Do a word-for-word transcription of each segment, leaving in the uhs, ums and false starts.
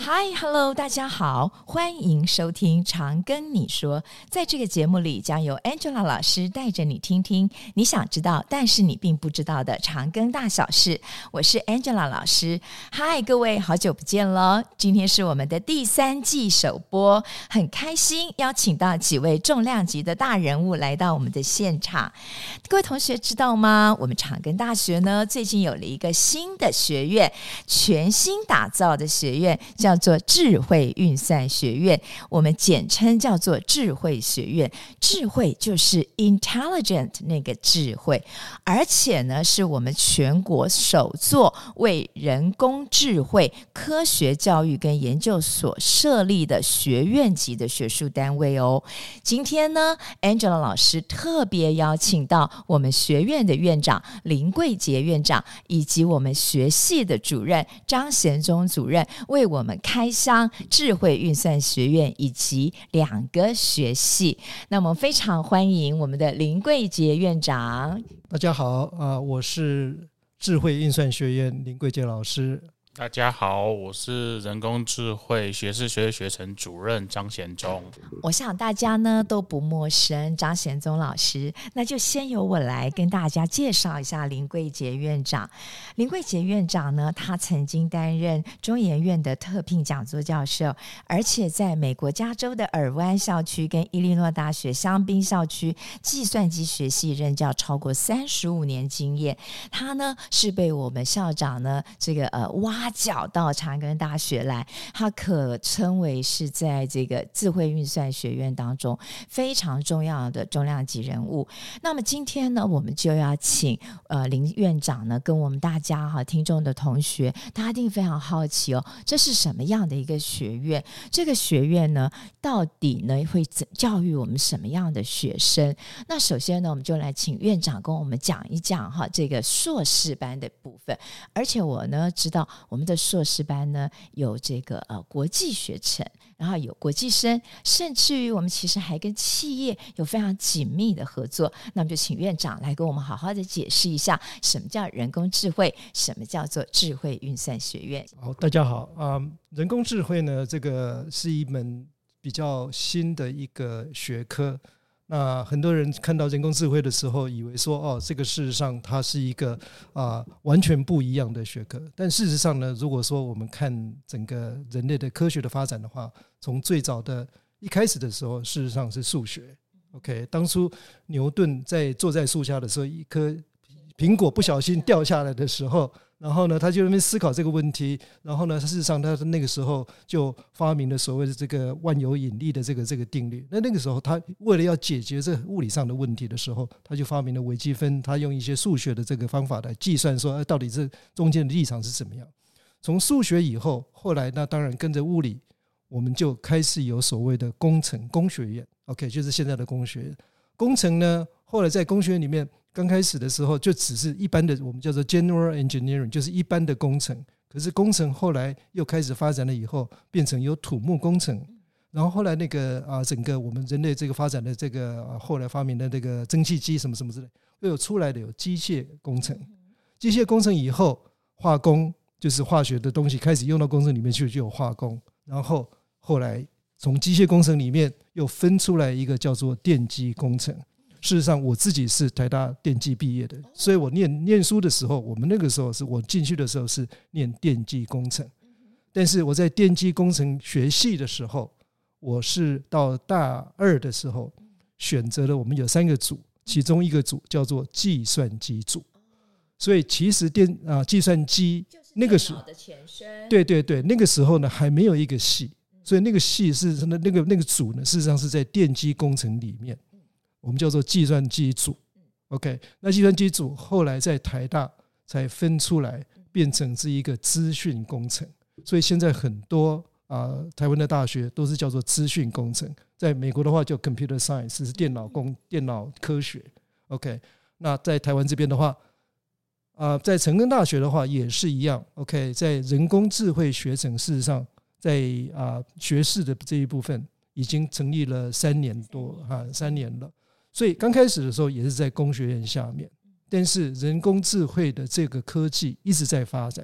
Hi, Hello， 大家好，欢迎收听常跟你说。在这个节目里，将由 Angela 老师带着你听听你想知道但是你并不知道的常庚大小事。我是 Angela 老师。Hi， 各位，好久不见了。今天是我们的第三季首播，很开心邀请到几位重量级的大人物来到我们的现场。各位同学知道吗？我们常庚大学呢，最近有了一个新的学院，全新打造的学院，叫做智慧运算学院，我们简称叫做智慧学院。智慧就是 intelligent 那个智慧，而且呢是我们全国首座为人工智慧科学教育跟研究所设立的学院级的学术单位哦。今天呢 Angela 老师特别邀请到我们学院的院长林桂杰院长，以及我们学系的主任张贤忠主任，为我们开箱智慧运算学院以及两个学系。那么非常欢迎我们的林桂杰院长。 大家好、呃、我是智慧运算学院林桂杰老师。 大家好，我是人工智慧学士学位学程主任张贤忠。 我想大家呢都不陌生张贤忠老师，那就先由我来跟大家介绍一下林桂杰院长。林桂杰院长呢，他曾经担任中研院的特聘讲座教授，而且在美国加州的尔湾校区跟伊利诺大学香槟校区计算机学系任教超过三十五年经验。他呢是被我们校长呢这个呃挖角到常庚大学来，他可称为是在这个智慧运算学院当中非常重要的重量级人物。那么今天呢，我们就要请呃林院长呢跟我们大家哈听众的同学，大家一定非常好奇哦，这是什么样的一个学院？这个学院呢，到底呢会教育我们什么样的学生？那首先呢，我们就来请院长跟我们讲一讲哈这个硕士班的部分。而且我呢知道我们的硕士班呢有这个呃国际学程，然后有国际生，甚至于我们其实还跟企业有非常紧密的合作。那么就请院长来跟我们好好的解释一下，什么叫人工智慧，什么叫做智慧运算学院。 好，大家好、呃、人工智慧呢，这个是一门比较新的一个学科。那很多人看到人工智慧的时候以为说哦，这个事实上它是一个、呃、完全不一样的学科。但事实上呢，如果说我们看整个人类的科学的发展的话，从最早的一开始的时候，事实上是数学。 OK， 当初牛顿在坐在树下的时候，一颗苹果不小心掉下来的时候，然后呢他就在那边思考这个问题，然后呢事实上他那个时候就发明了所谓的这个万有引力的这个这个定律。那那个时候他为了要解决这物理上的问题的时候，他就发明了微积分，他用一些数学的这个方法来计算说、啊、到底这中间的立场是怎么样。从数学以后，后来那当然跟着物理，我们就开始有所谓的工程工学院。 OK， 就是现在的工学院。工程呢，后来在工学院里面刚开始的时候就只是一般的，我们叫做 general engineering， 就是一般的工程。可是工程后来又开始发展了以后，变成有土木工程，然后后来那个、啊、整个我们人类这个发展的这个、啊、后来发明的这个蒸汽机什么什么之类，又有出来的有机械工程。机械工程以后，化工就是化学的东西开始用到工程里面去，就有化工。然后后来从机械工程里面又分出来一个叫做电机工程。事实上我自己是台大电机毕业的，所以我 念, 念书的时候，我们那个时候是我进去的时候是念电机工程。但是我在电机工程学系的时候，我是到大二的时候选择了，我们有三个组，其中一个组叫做计算机组。所以其实电、啊、计算机那个时候，对对对，那个时候呢还没有一个系，所以那个系是那个那个组呢，事实上是在电机工程里面，我们叫做计算机组。 OK， 那计算机组后来在台大才分出来变成是一个资讯工程。所以现在很多、呃、台湾的大学都是叫做资讯工程，在美国的话叫 computer science， 是电脑工电脑科学。 OK， 那在台湾这边的话、呃、在成功大学的话也是一样。 OK， 在人工智慧学程，事实上在、呃、学士的这一部分已经成立了三年多、啊、三年了。所以刚开始的时候也是在工学院下面，但是人工智慧的这个科技一直在发展，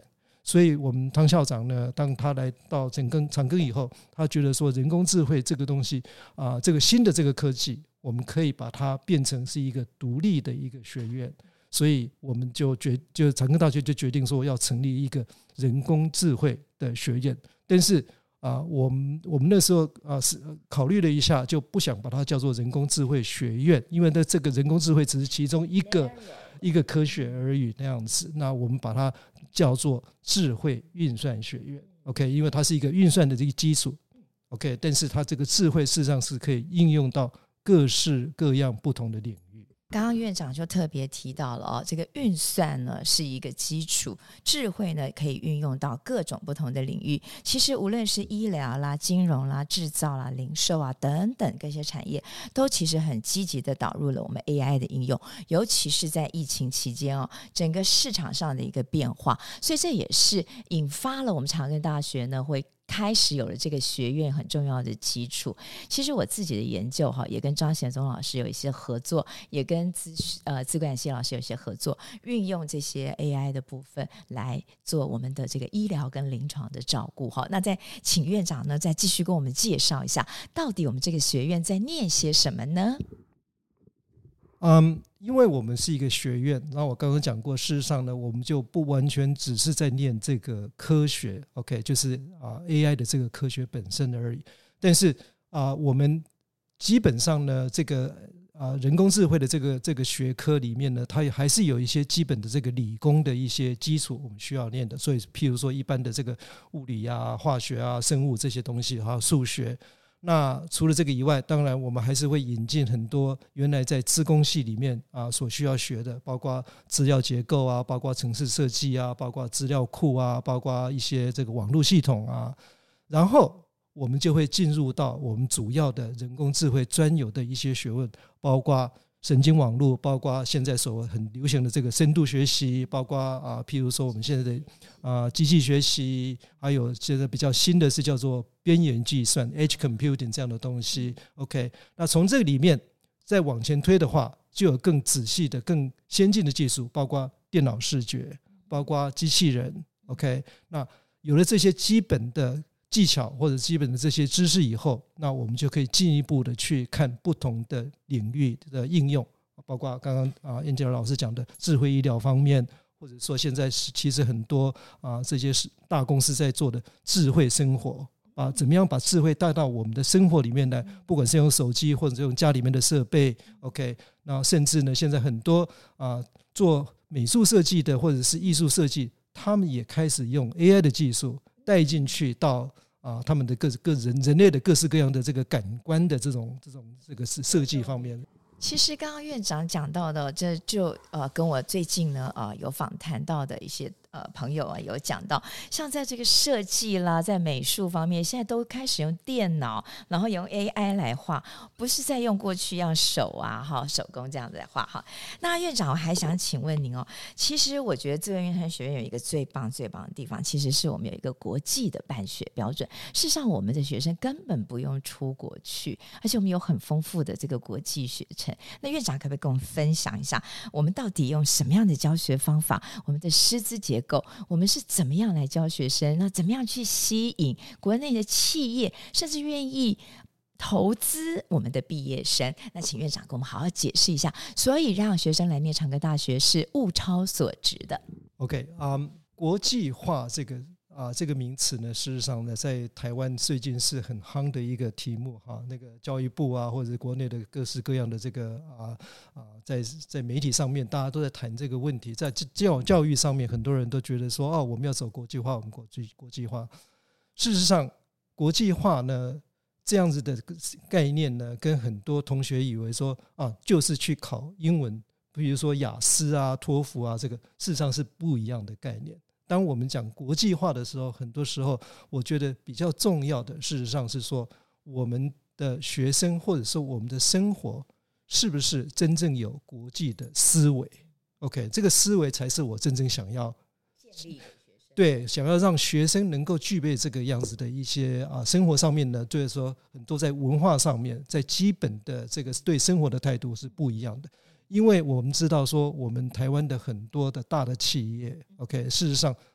所以我们汤校长呢，当他来到长庚长庚以后，他觉得说人工智慧这个东西啊、呃，这个新的这个科技，我们可以把它变成是一个独立的一个学院，所以我们就决就长庚大学就决定说要成立一个人工智慧的学院，但是啊，我们我们那时候啊是考虑了一下，就不想把它叫做人工智慧学院，因为呢这个人工智慧只是其中一个一个科学而已那样子。那我们把它叫做智慧运算学院 ，OK， 因为它是一个运算的这个基础 ，OK， 但是它这个智慧事实上是可以应用到各式各样不同的领域。 刚刚院长就特别提到了哦，这个运算呢是一个基础，智慧呢可以运用到各种不同的领域。其实无论是医疗啦、金融啦、制造啦、零售啊等等这些产业，都其实很积极的导入了我们 A I 的应用，尤其是在疫情期间哦，整个市场上的一个变化，所以这也是引发了我们长庚大学呢会开始有了这个学院很重要的基础。其实我自己的研究哈，也跟张贤宗老师有一些合作，也跟资呃资管系老师有一些合作，运用这些 A I 的部分来做我们的这个医疗跟临床的照顾哈。那再请院长呢，再继续跟我们介绍一下，到底我们这个学院在念些什么呢？ 嗯，因为我们是一个学院，然后我刚刚讲过，事实上呢，我们就不完全只是在念这个科学 ，OK， 就是啊 A I 的这个科学本身而已。但是啊，我们基本上呢，这个啊人工智慧的这个这个学科里面呢，它也还是有一些基本的这个理工的一些基础我们需要念的。所以，譬如说一般的这个物理啊、化学啊、生物这些东西，还有数学。那除了这个以外，当然我们还是会引进很多原来在资工系里面啊所需要学的，包括资料结构啊，包括程式设计啊，包括资料库啊，包括一些这个网络系统啊，然后我们就会进入到我们主要的人工智慧专有的一些学问，包括神经网络，包括现在所很流行的这个深度学习，包括啊，譬如说我们现在的啊机器学习，还有现在比较新的是叫做边缘计算 （edge computing） 这样的东西。OK， 那从这个里面再往前推的话，就有更仔细的、更先进的技术，包括电脑视觉，包括机器人。OK， 那有了这些基本的技巧或者基本的这些知识以后，那我们就可以进一步的去看不同的领域的应用，包括刚刚啊燕杰老师讲的智慧医疗方面，或者说现在其实很多啊这些大公司在做的智慧生活啊，怎么样把智慧带到我们的生活里面来，不管是用手机或者用家里面的设备 OK， 那甚至呢现在很多啊做美术设计的或者是艺术设计，他们也开始用 A I 的技术带进去到啊，他们的各各人人类的各式各样的这个感官的这种这种这个设计方面。 其实刚刚院长讲到的，这就呃跟我最近呢呃有访谈到的一些呃朋友啊有讲到，像在这个设计啦，在美术方面，现在都开始用电脑，然后用 A I 来画，不是在用过去用手啊哈手工这样子来画哈。那院长我还想请问您哦，其实我觉得智慧运算学院有一个最棒最棒的地方，其实是我们有一个国际的办学标准。事实上，我们的学生根本不用出国去，而且我们有很丰富的这个国际学程。那院长可不可以跟我们分享一下，我们到底用什么样的教学方法，我们的师资结构，我们是怎么样来教学生，那怎么样去吸引国内的企业甚至愿意投资我们的毕业生？那请院长给我们好好解释一下，所以让学生来念长庚大学是物超所值的。 OK， um, 国际化这个啊，这个名词呢，事实上呢，在台湾最近是很夯的一个题目哈。那个教育部啊，或者国内的各式各样的这个啊啊，在在媒体上面，大家都在谈这个问题。在教教育上面，很多人都觉得说，哦，我们要走国际化，我们国际国际化。事实上，国际化呢，这样子的概念呢，跟很多同学以为说啊，就是去考英文，比如说雅思啊、托福啊，这个事实上是不一样的概念。当我们讲国际化的时候，很多时候我觉得比较重要的事实上是说，我们的学生或者说我们的生活是不是真正有国际的思维 OK， 这个思维才是我真正想要建立的学生， 对，想要让学生能够具备这个样子的一些啊生活上面呢，就是说很多在文化上面，在基本的这个对生活的态度是不一样的。因为我们知道说，我们台湾的很多的大的企业 OK， 事实上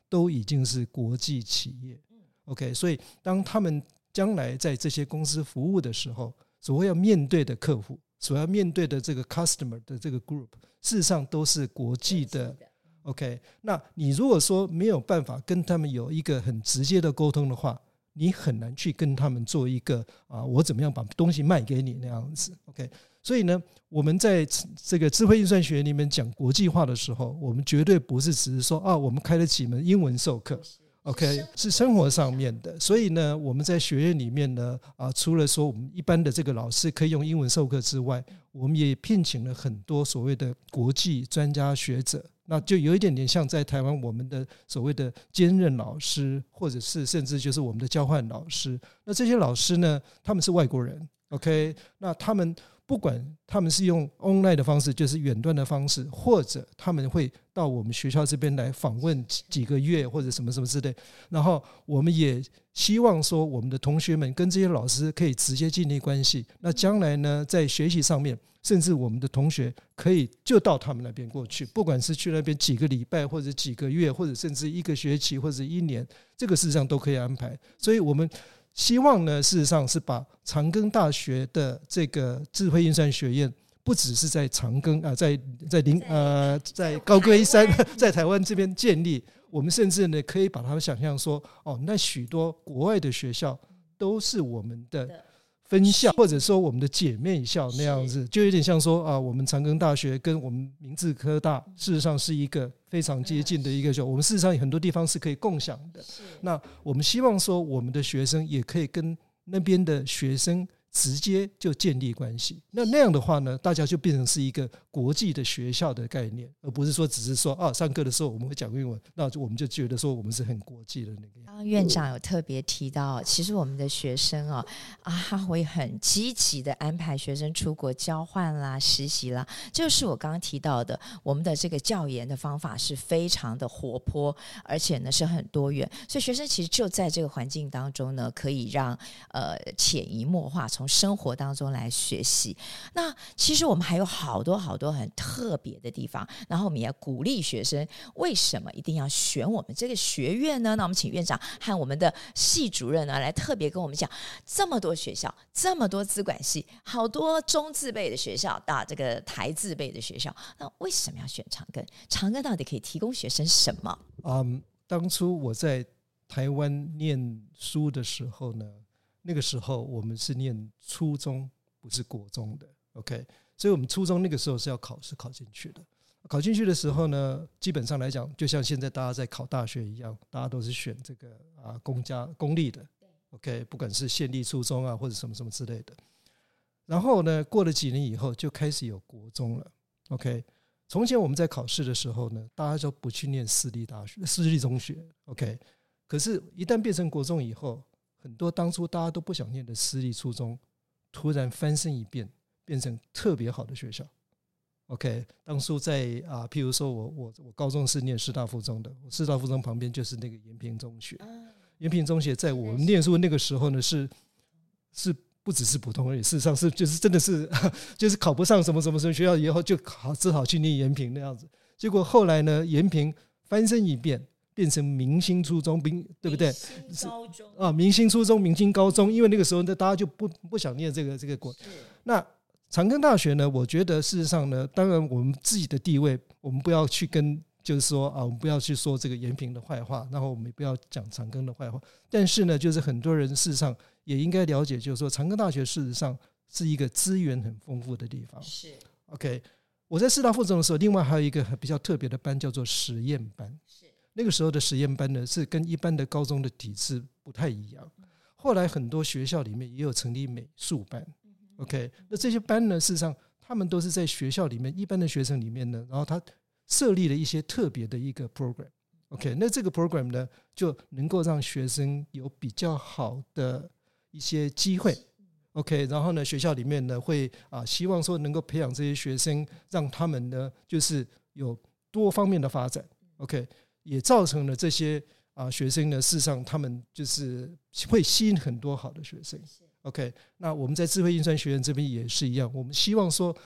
都已经是国际企业 OK， 所以当他们将来在这些公司服务的时候，所谓要面对的客户，所要面对的这个 customer 的这个 group， 事实上都是国际的 OK， 那你如果说没有办法跟他们有一个很直接的沟通的话，你很难去跟他们做一个啊，我怎么样把东西卖给你那样子 OK。 所以呢，我们在这个智慧运算学里面讲国际化的时候，我们绝对不是只是说啊，我们开了几门英文授课 OK， 是生活上面的。所以呢，我们在学院里面呢啊，除了说我们一般的这个老师可以用英文授课之外，我们也聘请了很多所谓的国际专家学者，那就有一点点像在台湾我们的所谓的兼任老师，或者是甚至就是我们的交换老师。那这些老师呢，他们是外国人 OK， 那他们不管他们是用 online 的方式，就是远端的方式，或者他们会到我们学校这边来访问几个月或者什么什么之类，然后我们也希望说我们的同学们跟这些老师可以直接建立关系，那将来呢在学习上面，甚至我们的同学可以就到他们那边过去，不管是去那边几个礼拜或者几个月，或者甚至一个学期或者一年，这个事实上都可以安排。所以我们希望呢，事实上是把长庚大学的这个智慧运算学院，不只是在长庚啊，在在林呃在高龟山，在台湾这边建立，我们甚至呢可以把它想象说，哦，那许多国外的学校都是我们的分校，或者说我们的姐妹校那样子，就有点像说啊，我们长庚大学跟我们明志科大事实上是一个非常接近的一个学校，我们事实上有很多地方是可以共享的。那我们希望说我们的学生也可以跟那边的学生直接就建立关系，那那样的话呢，大家就变成是一个国际的学校的概念，而不是说只是说啊，上课的时候我们会讲英文，那我们就觉得说我们是很国际的那个。 刚刚院长有特别提到，其实我们的学生哦啊，他会很积极的安排学生出国交换啦、实习啦，就是我刚刚提到的，我们的这个教研的方法是非常的活泼，而且呢是很多元，所以学生其实就在这个环境当中呢，可以让呃潜移默化。从生活当中来学习，那其实我们还有好多好多很特别的地方，然后我们也鼓励学生为什么一定要选我们这个学院呢？那我们请院长和我们的系主任呢来特别跟我们讲，这么多学校，这么多资管系，好多中字辈的学校到这个台字辈的学校，那为什么要选长庚？长庚到底可以提供学生什么？ 嗯，当初我在台湾念书的时候呢，那个时候我们是念初中，不是国中的 OK， 所以我们初中那个时候是要考试考进去的。考进去的时候呢，基本上来讲就像现在大家在考大学一样，大家都是选这个啊公家公立的 OK， 不管是县立初中啊或者什么什么之类的。然后呢，过了几年以后就开始有国中了 OK。从前我们在考试的时候呢，大家就不去念私立大学、私立中学 OK， 可是一旦变成国中以后，很多当初大家都不想念的私立初中，突然翻身一变，变成特别好的学校。OK， 当初在啊，譬如说我我我高中是念师大附中的，我师大附中旁边就是那个延平中学。延平中学在我们念书那个时候呢，是是不只是普通而已，事实上是就是真的是就是考不上什么什么什么学校以后，就好只好去念延平那样子。结果后来呢，延平翻身一变，变成明星初中，对不对？明星高中啊，明星初中、明星高中，因为那个时候呢，大家就不不想念这个这个国。那长庚大学呢，我觉得事实上呢，当然我们自己的地位，我们不要去跟，就是说啊，我们不要去说这个延平的坏话，然后我们也不要讲长庚的坏话。但是呢，就是很多人事实上也应该了解，就是说长庚大学事实上是一个资源很丰富的地方。是 OK， 我在师大附中的时候，另外还有一个比较特别的班叫做实验班。那个时候的实验班呢，是跟一般的高中的体制不太一样。后来很多学校里面也有成立美术班 OK， 那这些班呢，事实上他们都是在学校里面一般的学生里面呢，然后他设立了一些特别的一个 program OK， 那这个 program 呢，就能够让学生有比较好的一些机会 OK， 然后呢学校里面呢会啊希望说能够培养这些学生，让他们呢就是有多方面的发展 OK， 也造成了这些啊学生呢事实上他们就是会吸引很多好的学生 OK， 那我们在智慧运算学院这边也是一样，我们希望说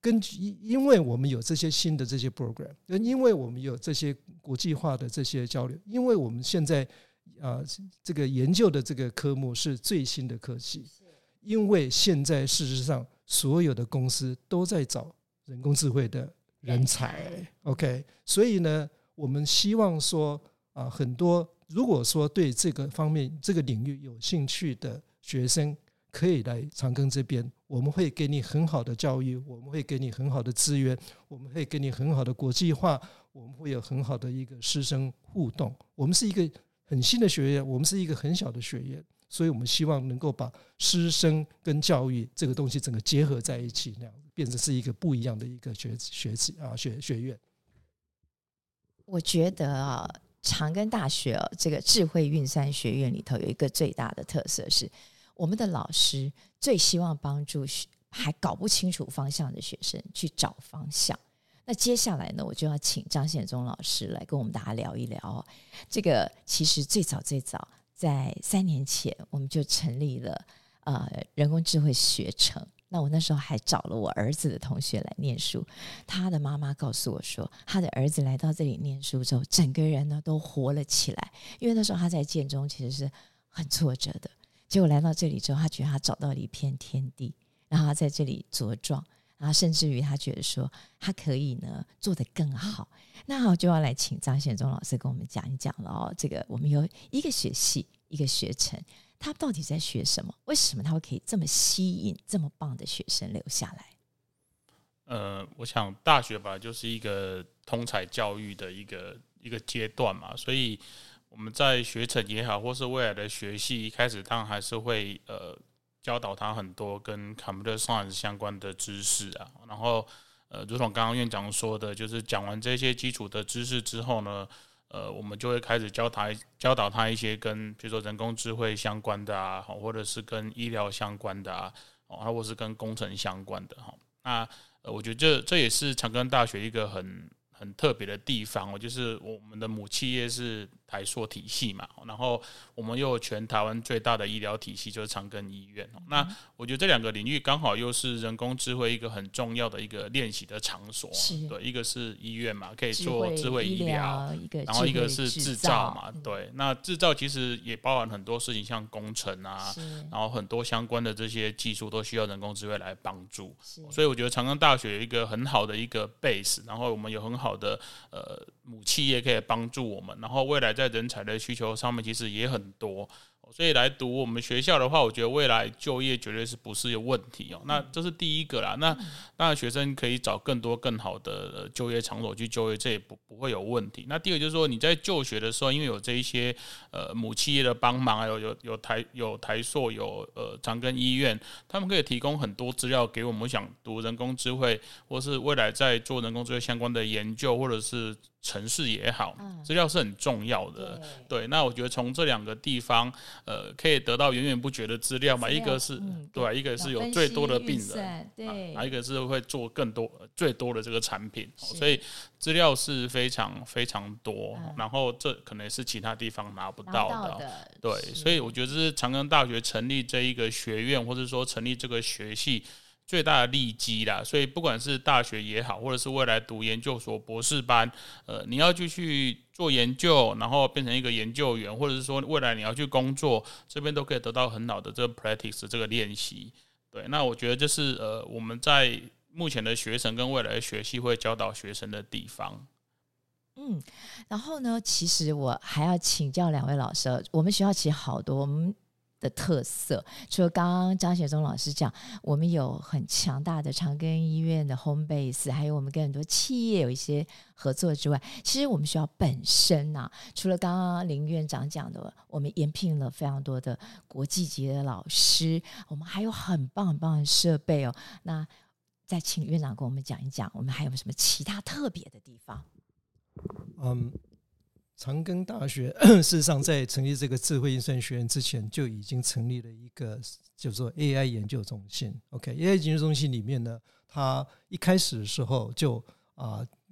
根据因为我们有这些新的这些 program， 因为我们有这些国际化的这些交流，因为我们现在啊、呃、这个研究的这个科目是最新的科技，因为现在事实上所有的公司都在找人工智慧的人才 ，OK， 所以呢，我们希望说啊、呃，很多如果说对这个方面这个领域有兴趣的学生，可以来长庚这边，我们会给你很好的教育，我们会给你很好的资源，我们会给你很好的国际化，我们会有很好的一个师生互动。我们是一个很新的学院，我们是一个很小的学院，所以我们希望能够把师生跟教育这个东西整个结合在一起，那样变成是一个不一样的一个学学啊学学院。 我觉得啊，长庚大学、啊、这个智慧运算学院里头有一个最大的特色是，我们的老师最希望帮助还搞不清楚方向的学生去找方向。那接下来呢，我就要请张显宗老师来跟我们大家聊一聊。这个其实最早最早在三年前，我们就成立了呃人工智慧学程。那我那时候还找了我儿子的同学来念书，他的妈妈告诉我说，他的儿子来到这里念书之后，整个人呢都活了起来。因为那时候他在建中其实是很挫折的，结果来到这里之后，他觉得他找到了一片天地，然后他在这里茁壮，然后甚至于他觉得说他可以呢做得更好。那我就要来请张显宗老师跟我们讲一讲了哦。这个我们有一个学系一个学程，他到底在学什么？为什么他会可以这么吸引这么棒的学生留下来？ 呃，我想大学吧就是一个通才教育的一个一个阶段嘛，所以我们在学程也好，或是未来的学系，一开始当然还是会呃教导他很多跟 computer science 相关的知识啊，然后呃，如同刚刚院长说的，就是讲完这些基础的知识之后呢，呃，我们就会开始教他教导他一些跟比如说人工智慧相关的啊，或者是跟医疗相关的啊，或者是跟工程相关的哈。那呃，我觉得这这也是长庚大学一个很很特别的地方，就是我们的母企业是台塑体系嘛，然后我们又有全台湾最大的医疗体系，就是长庚医院。那我觉得这两个领域刚好又是人工智慧一个很重要的一个练习的场所。对，一个是医院嘛，可以做智慧医疗，然后一个是制造嘛。对，那制造其实也包含很多事情，像工程啊，然后很多相关的这些技术都需要人工智慧来帮助。所以我觉得长庚大学有一个很好的一个 base， 然后我们有很好的呃母企业可以帮助我们，然后未来在人才的需求上面其实也很多，所以来读我们学校的话，我觉得未来就业绝对是不是有问题哦。那这是第一个啦。那当然学生可以找更多更好的就业场所去就业，这也不不会有问题。那第二个就是说你在就学的时候，因为有这一些呃母企业的帮忙，有有有台有台塑有呃长庚医院，他们可以提供很多资料给我们想读人工智慧，或是未来在做人工智慧相关的研究，或者是程式也好，资料是很重要的。对，那我觉得从这两个地方，呃，可以得到源源不绝的资料嘛。一个是、嗯、对，一个是有最多的病人，对，啊，一个是会做更多最多的这个产品，所以资料是非常非常多。嗯、然后这可能是其他地方拿不到的，到的对，所以我觉得这是长庚大学成立这一个学院，或者说成立这个学系最大的利基啦。所以不管是大学也好，或者是未来读研究所博士班，呃，你要继续做研究，然后变成一个研究员，或者是说未来你要去工作，这边都可以得到很好的这个 practice 这个练习。对，那我觉得这是呃我们在目前的学程跟未来的学系会教导学生的地方。 嗯，然后呢，其实我还要请教两位老师，我们学校其实好多我们的特色，除了刚刚张显宗老师讲，我们有很强大的长庚医院的 home base， 还有我们跟很多企业有一些合作之外，其实我们学校本身啊，除了刚刚林院长讲的，我们延聘了非常多的国际级的老师，我们还有很棒很棒的设备哦。那再请院长跟我们讲一讲，我们还有什么其他特别的地方？ 嗯，长庚大学事实上在成立这个智慧运算学院之前，就已经成立了一个叫做 A I 研究中心。OK，A I 研究中心里面呢，它一开始的时候就啊、呃、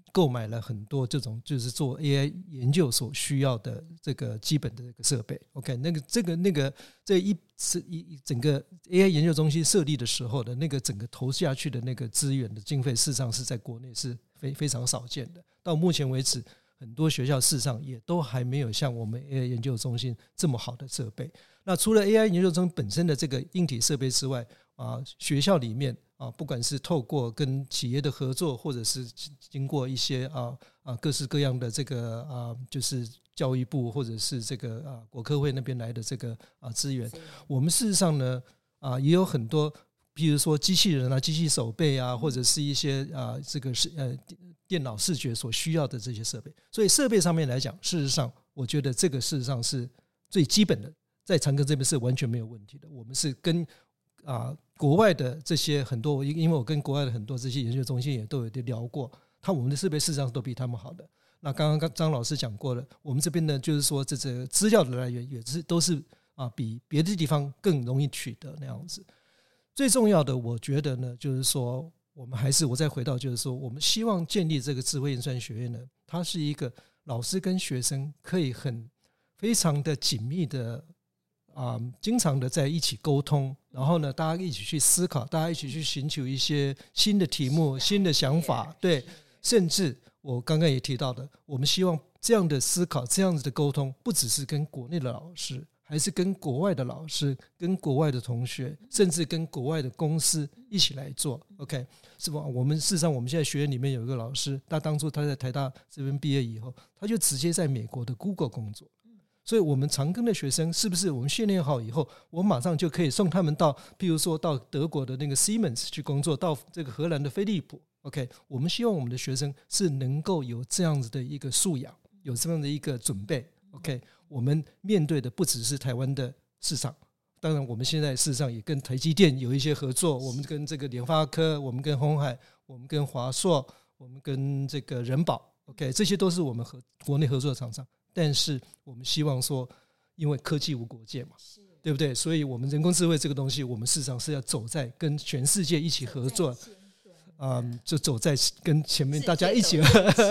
购买了很多这种就是做 A I 研究所需要的这个基本的这个设备。OK， 那个这个那个这一一整个 A I 研究中心设立的时候的那个整个投下去的那个资源的经费，事实上是在国内是非非常少见的。到目前为止，很多学校事实上也都还没有像我们 A I 研究中心这么好的设备。那除了 A I 研究中心本身的这个硬体设备之外，啊，学校里面啊，不管是透过跟企业的合作，或者是经过一些啊啊各式各样的这个啊，就是教育部或者是这个啊国科会那边来的这个啊资源，我们事实上呢啊也有很多，譬如说机器人啊、机器手背啊，或者是一些啊这个是呃电脑视觉所需要的这些设备。所以设备上面来讲，事实上我觉得这个事实上是最基本的，在长庚这边是完全没有问题的。我们是跟啊，国外的这些很多，因为我跟国外的很多这些研究中心也都有聊过，他我们的设备事实上都比他们好的。那刚刚张老师讲过了，我们这边呢，就是说这这资料的来源也是都是啊，比别的地方更容易取得那样子。最重要的，我觉得呢，就是说我们还是我再回到，就是说我们希望建立这个智慧运算学院呢，它是一个老师跟学生可以很非常的紧密的。啊、嗯，经常的在一起沟通，然后呢，大家一起去思考，大家一起去寻求一些新的题目、新的想法，对，甚至我刚刚也提到的，我们希望这样的思考、这样子的沟通，不只是跟国内的老师，还是跟国外的老师、跟国外的同学，甚至跟国外的公司一起来做。OK， 是吧？我们事实上，我们现在学院里面有一个老师，他当初他在台大这边毕业以后，他就直接在美国的 Google 工作。所以我们长庚的学生是不是我们训练好以后，我马上就可以送他们到譬如说到德国的那个 Siemens 去工作，到这个荷兰的飞利浦。 OK， 我们希望我们的学生是能够有这样子的一个素养，有这样的一个准备。 OK， 我们面对的不只是台湾的市场，当然我们现在事实上也跟台积电有一些合作，我们跟这个联发科，我们跟鸿海，我们跟华硕，我们跟这个人保。 OK， 这些都是我们和国内合作的厂商。但是我们希望说，因为科技无国界嘛，对不对？所以我们人工智慧这个东西，我们事实上是要走在跟全世界一起合作，嗯，就走在跟前面大家一起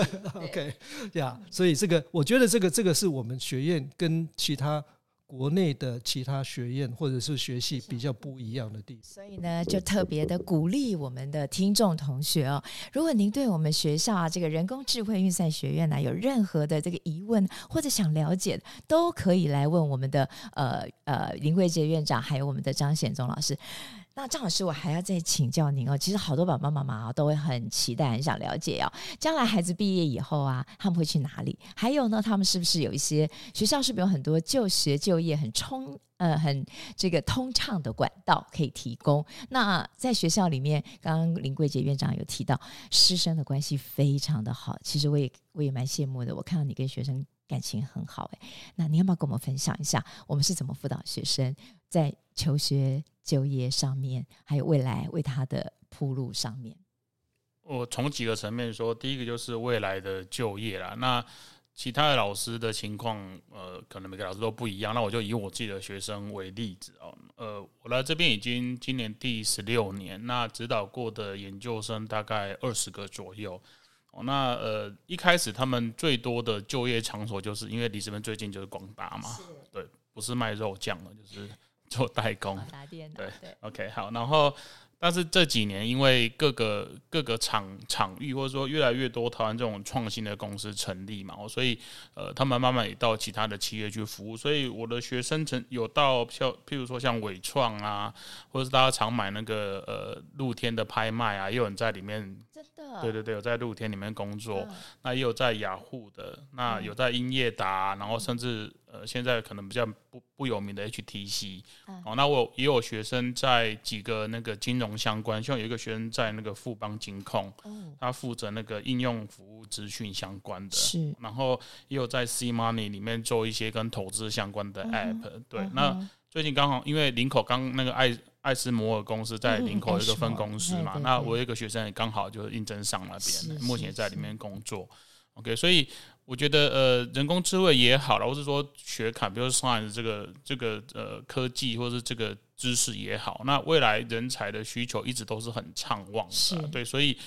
OK 呀、yeah, 所以这个我觉得这个这个是我们学院跟其他国内的其他学院或者是学系比较不一样的地方。 所以呢，就特别的鼓励我们的听众同学哦，如果您对我们学校啊这个人工智慧运算学院呢、啊、有任何的这个疑问或者想了解的，都可以来问我们的呃呃林贵杰院长，还有我们的张显宗老师。那张老师，我还要再请教您哦。其实好多爸爸妈妈、哦、都会很期待、很想了解哦，将来孩子毕业以后啊，他们会去哪里？还有呢，他们是不是有一些学校是不是有很多就学就业很冲呃很这个通畅的管道可以提供？那在学校里面，刚刚林贵杰院长有提到，师生的关系非常的好。其实我也我也蛮羡慕的，我看到你跟学生感情很好哎。那你要不要跟我们分享一下，我们是怎么辅导学生在求学就业上面，还有未来为他的铺路上面？ 我从几个层面说，第一个就是未来的就业啦。那其他的老师的情况，呃，可能每个老师都不一样。那我就以我自己的学生为例子哦。呃，我来这边已经今年第十六年，那指导过的研究生大概二十个左右。哦、那呃，一开始他们最多的就业场所，就是因为离这边最近就是广达嘛，对，不是卖肉酱的，就是做代工。 广达电脑， 对， 对 ，OK， 好，然后。但是这几年，因为各个各个场场域，或者说越来越多台湾这种创新的公司成立嘛，所以呃，他们慢慢也到其他的企业去服务。所以我的学生曾有到像譬如说像伟创啊，或者是大家常买那个呃露天的拍卖啊，也有人在里面， 真的， 对对对，有在露天里面工作。 嗯、 那也有在雅虎的，那有在英业达，然后甚至呃现在可能比较不不有名的 H T C，嗯哦、那我也有学生在几个那个金融相关，像有一个学生在那个富邦金控，哦、他负责那个应用服务资讯相关的， 是， 然后也有在 C Money 里面做一些跟投资相关的 App，嗯、对，嗯、那最近刚好因为林口刚那个爱艾斯摩尔公司在林口有一个分公司嘛，嗯、那我有一个学生也刚好就应征上那边，目前也在里面工作。OK， 所以我觉得呃，人工智慧也好了，或是说学卡，比如说 science 这个这个呃科技，或是这个知识也好，那未来人才的需求一直都是很畅旺的，对，所以不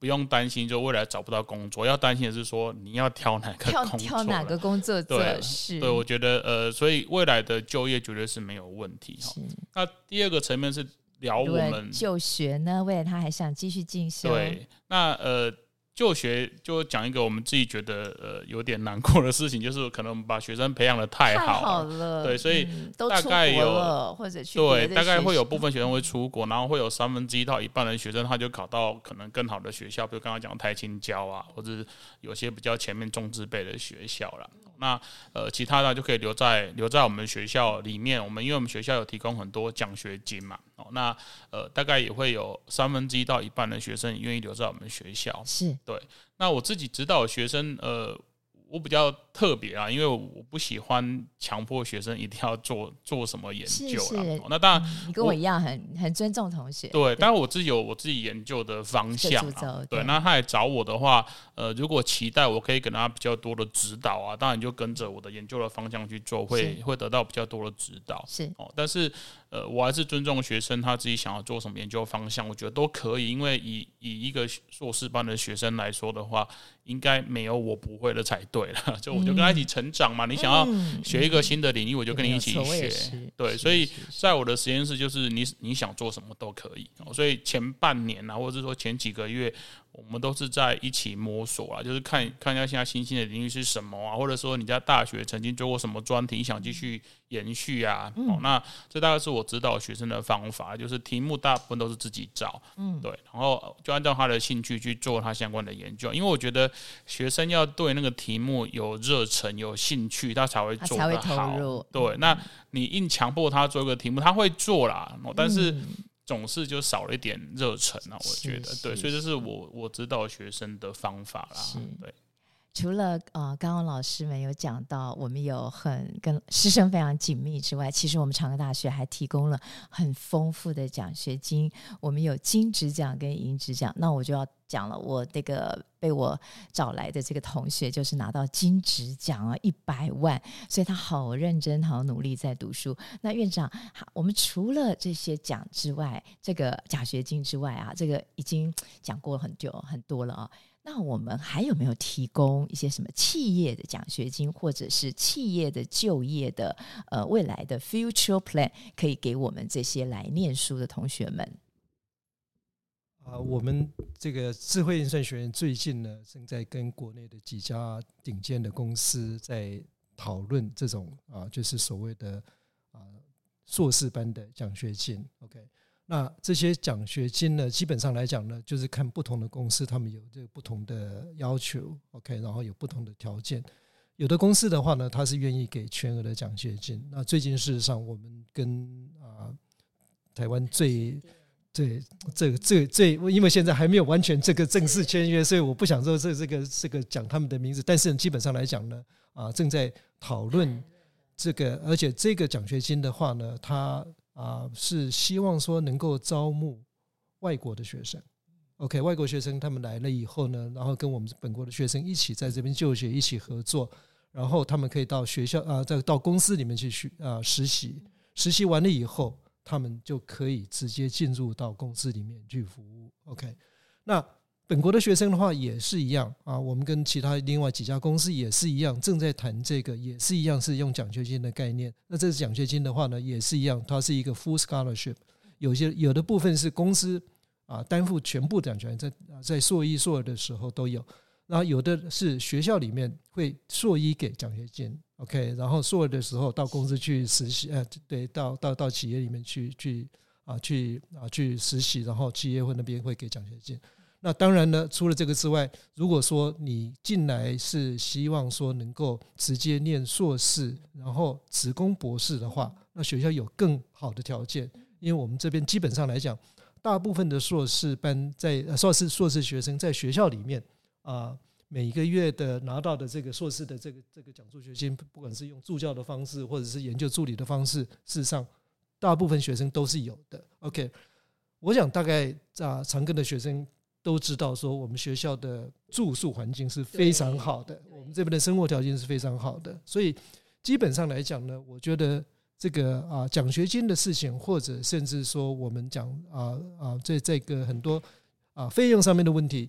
不用担心就未来找不到工作，要担心的是说你要挑哪个工作， 挑哪个工作做。 对， 是， 对，我觉得呃，所以未来的就业绝对是没有问题。那第二个层面是聊我们就学呢，未来他还想继续进修。 对，那呃。就学就讲一个我们自己觉得呃有点难过的事情，就是可能我们把学生培养的太好了， 太好了， 对，所以大概有、 嗯、或者去对，大概会有部分学生会出国，然后会有三分之一到一半的学生他就考到可能更好的学校，比如刚刚讲台清交啊，或者有些比较前面中字辈的学校啦。那呃其他的就可以留在留在我们学校里面，我们因为我们学校有提供很多奖学金嘛，哦，那呃大概也会有三分之一到一半的学生愿意留在我们学校， 是。对， 那我自己指导的学生，呃，我比较特别啊，因为我不喜欢强迫学生一定要做做什么研究啦。 是是哦、那当然、 嗯，你跟我一样很很尊重同学。 对，对但是我自己有我自己研究的方向啊。对，那他来找我的话，呃，如果期待我可以给他比较多的指导啊，当然就跟着我的研究的方向去做，会会得到比较多的指导。 是哦，但是。呃，我还是尊重学生他自己想要做什么研究方向，我觉得都可以，因为以以一个硕士班的学生来说的话，应该没有我不会的才对了。就我就跟他一起成长嘛，嗯、你想要学一个新的领域，我就跟你一起学。对，所以在我的实验室，就是你你想做什么都可以。所以前半年啊，或者是说前几个月。我们都是在一起摸索啦，就是看看一下现在新兴的领域是什么啊，或者说你在大学曾经做过什么专题，想继续延续啊。嗯哦、那这大概是我指导学生的方法，就是题目大部分都是自己找，嗯，对，然后就按照他的兴趣去做他相关的研究。因为我觉得学生要对那个题目有热忱、有兴趣，他才会做得好。 投入对，那你硬强迫他做一个题目，他会做啦，但是。嗯总是就少了一点热忱啊，我觉得对，所以这是我我指导学生的方法啦。对， 除了呃，刚刚老师们有讲到，我们有很跟师生非常紧密之外，其实我们长庚大学还提供了很丰富的奖学金，我们有金质奖跟银质奖。那我就要讲了，我这个被我找来的这个同学就是拿到金质奖啊，一百万，所以他好认真好努力在读书。那院长，我们除了这些奖之外，这个奖学金之外啊，这个已经讲过很久很多了啊。那我们还有没有提供一些什么企业的奖学金，或者是企业的就业的呃未来的 future plan， 可以给我们这些来念书的同学们？ 啊，我们这个智慧运算学院最近呢，正在跟国内的几家顶尖的公司在讨论这种啊，就是所谓的啊硕士班的奖学金。OK。那这些奖学金呢，基本上来讲呢，就是看不同的公司，他们有这个不同的要求 ，OK， 然后有不同的条件。有的公司的话呢，他是愿意给全额的奖学金。那最近事实上，我们跟啊台湾最对这个这这，因为现在还没有完全这个正式签约，所以我不想说这这个这个讲他们的名字。但是基本上来讲呢，啊正在讨论这个，而且这个奖学金的话呢，它啊，是希望说能够招募外国的学生 ，OK， 外国学生他们来了以后呢，然后跟我们本国的学生一起在这边就学，一起合作，然后他们可以到学校啊，再到公司里面去学啊实习，实习完了以后，他们就可以直接进入到公司里面去服务 ，OK， 那本国的学生的话也是一样啊，我们跟其他另外几家公司也是一样，正在谈这个，也是一样是用奖学金的概念。那这个奖学金的话呢，也是一样，它是一个 full scholarship， 有些有的部分是公司啊担负全部奖学金，在在硕一硕二的时候都有，然后有的是学校里面会硕一给奖学金 ，OK， 然后硕二的时候到公司去实习，呃，对，到到到企业里面去去啊去啊去实习，然后企业会那边会给奖学金。那当然呢，除了这个之外，如果说你进来是希望说能够直接念硕士，然后职攻博士的话，那学校有更好的条件，因为我们这边基本上来讲，大部分的硕士班在硕士硕士学生在学校里面啊，每个月的拿到的这个硕士的这个这个奖助学金，不管是用助教的方式或者是研究助理的方式，事实上大部分学生都是有的。OK， 我想大概啊，长庚的学生都知道说我们学校的住宿环境是非常好的，我们这边的生活条件是非常好的，所以基本上来讲呢，我觉得这个啊奖学金的事情，或者甚至说我们讲啊啊这这个很多啊费用上面的问题，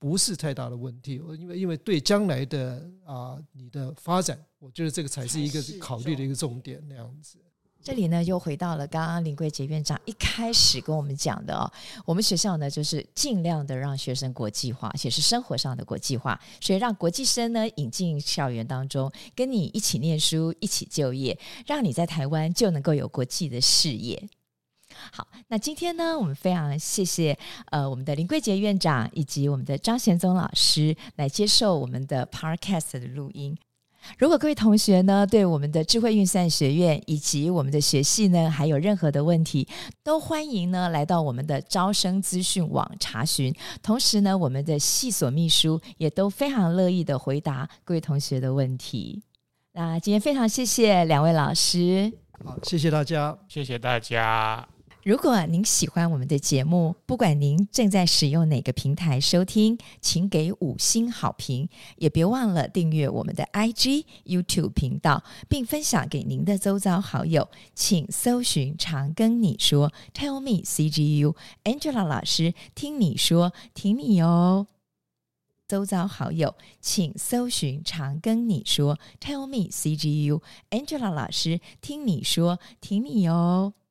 不是太大的问题，因为因为对将来的啊、呃、你的发展，我觉得这个才是一个考虑的一个重点那样子。 这里呢又回到了刚刚林贵杰院长一开始跟我们讲的哦，我们学校呢就是尽量的让学生国际化，也是生活上的国际化，所以让国际生呢引进校园当中，跟你一起念书，一起就业，让你在台湾就能够有国际的视野。好，那今天呢我们非常谢谢呃我们的林贵杰院长以及我们的张贤宗老师来接受我们的 Podcast 的录音。如果各位同学呢对我们的智慧运算学院以及我们的学系呢还有任何的问题，都欢迎呢来到我们的招生资讯网查询，同时呢我们的系所秘书也都非常乐意的回答各位同学的问题。那今天非常谢谢两位老师。 好，谢谢大家， 谢谢大家。 如果您喜欢我们的节目，不管您正在使用哪个平台收听，请给五星好评，也别忘了订阅我们的 I G、YouTube 频道，并分享给您的周遭好友。请搜寻常跟你说 Tell me C G U Angela 老师听你说，听你哦。周遭好友请搜寻常跟你说 Tell me C G U Angela 老师听你说，听你哦。